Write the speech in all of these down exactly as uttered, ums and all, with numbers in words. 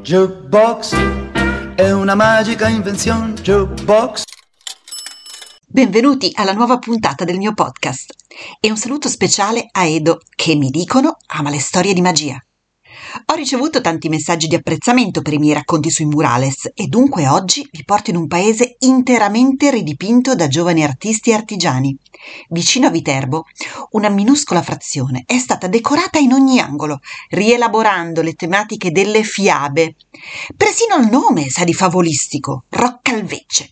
Jukebox è una magica invenzione. Jukebox. Benvenuti alla nuova puntata del mio podcast e un saluto speciale a Edo che, mi dicono, ama le storie di magia. Ho ricevuto tanti messaggi di apprezzamento per i miei racconti sui murales e dunque oggi vi porto in un paese interamente ridipinto da giovani artisti e artigiani. Vicino a Viterbo, una minuscola frazione è stata decorata in ogni angolo, rielaborando le tematiche delle fiabe. Persino il nome sa di favolistico, Roccalvecce.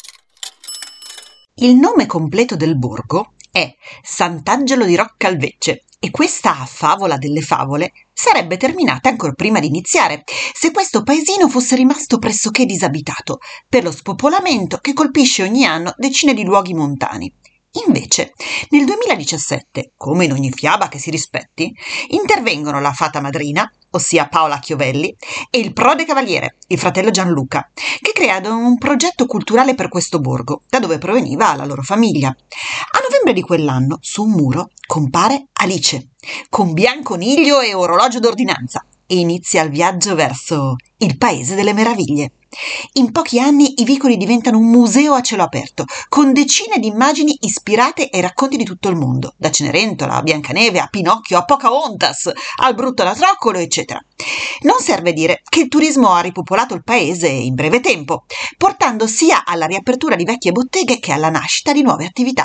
Il nome completo del borgo è Sant'Angelo di Roccalvecce e questa favola delle favole sarebbe terminata ancora prima di iniziare, se questo paesino fosse rimasto pressoché disabitato per lo spopolamento che colpisce ogni anno decine di luoghi montani. Invece, nel duemiladiciassette, come in ogni fiaba che si rispetti, intervengono la fata madrina, ossia Paola Chiovelli, e il prode cavaliere, il fratello Gianluca, che creano un progetto culturale per questo borgo, da dove proveniva la loro famiglia. A novembre di quell'anno, su un muro, compare Alice, con bianconiglio e orologio d'ordinanza, e inizia il viaggio verso il Paese delle Meraviglie. In pochi anni i vicoli diventano un museo a cielo aperto, con decine di immagini ispirate ai racconti di tutto il mondo, da Cenerentola a Biancaneve a Pinocchio a Pocahontas, al brutto anatroccolo, eccetera. Non serve dire che il turismo ha ripopolato il paese in breve tempo, portando sia alla riapertura di vecchie botteghe che alla nascita di nuove attività.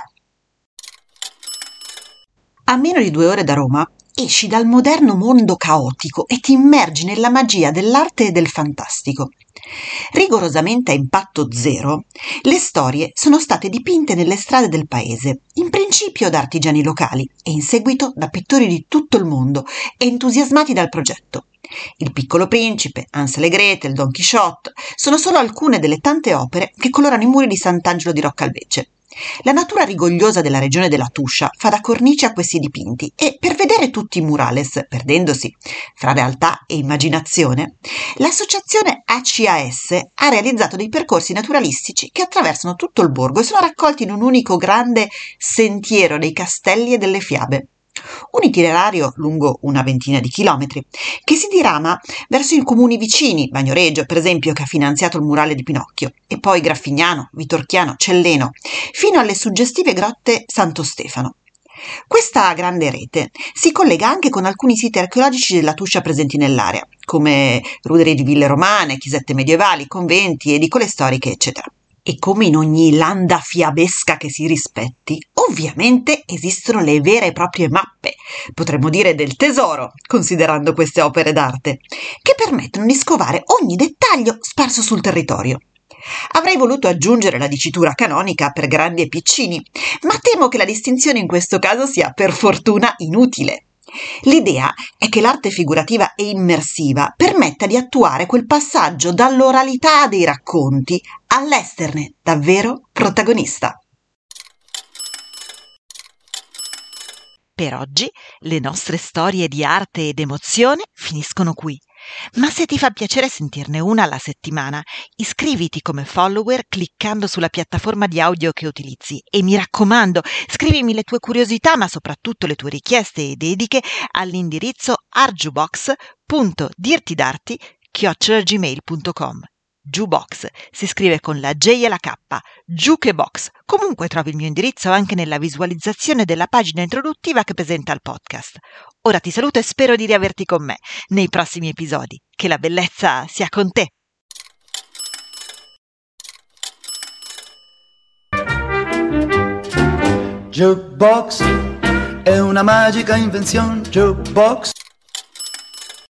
A meno di due ore da Roma, esci dal moderno mondo caotico e ti immergi nella magia dell'arte e del fantastico. Rigorosamente a impatto zero, le storie sono state dipinte nelle strade del paese, in principio da artigiani locali e in seguito da pittori di tutto il mondo entusiasmati dal progetto. Il Piccolo Principe, Hansel e Gretel, Don Chisciotte sono solo alcune delle tante opere che colorano i muri di Sant'Angelo di Roccalvecce. La natura rigogliosa della regione della Tuscia fa da cornice a questi dipinti e per vedere tutti i murales, perdendosi fra realtà e immaginazione, l'associazione A C A S ha realizzato dei percorsi naturalistici che attraversano tutto il borgo e sono raccolti in un unico grande sentiero dei castelli e delle fiabe. Un itinerario lungo una ventina di chilometri che si dirama verso i comuni vicini, Bagnoregio per esempio, che ha finanziato il murale di Pinocchio, e poi Graffignano, Vitorchiano, Celleno, fino alle suggestive grotte Santo Stefano. Questa grande rete si collega anche con alcuni siti archeologici della Tuscia presenti nell'area, come ruderi di ville romane, chiesette medievali, conventi, edicole storiche, eccetera. E come in ogni landa fiabesca che si rispetti, ovviamente esistono le vere e proprie mappe, potremmo dire del tesoro, considerando queste opere d'arte, che permettono di scovare ogni dettaglio sparso sul territorio. Avrei voluto aggiungere la dicitura canonica per grandi e piccini, ma temo che la distinzione in questo caso sia per fortuna inutile. L'idea è che l'arte figurativa e immersiva permetta di attuare quel passaggio dall'oralità dei racconti all'esterne davvero protagonista. Per oggi le nostre storie di arte ed emozione finiscono qui. Ma se ti fa piacere sentirne una alla settimana, iscriviti come follower cliccando sulla piattaforma di audio che utilizzi e mi raccomando, scrivimi le tue curiosità ma soprattutto le tue richieste e dediche all'indirizzo arjubox punto dirtidarti chiocciola gmail punto com. Jukebox si scrive con la J e la K, Jukebox. Comunque trovi il mio indirizzo anche nella visualizzazione della pagina introduttiva che presenta il podcast. Ora ti saluto e spero di riaverti con me nei prossimi episodi. Che la bellezza sia con te! Jukebox è una magica invenzione. Jukebox.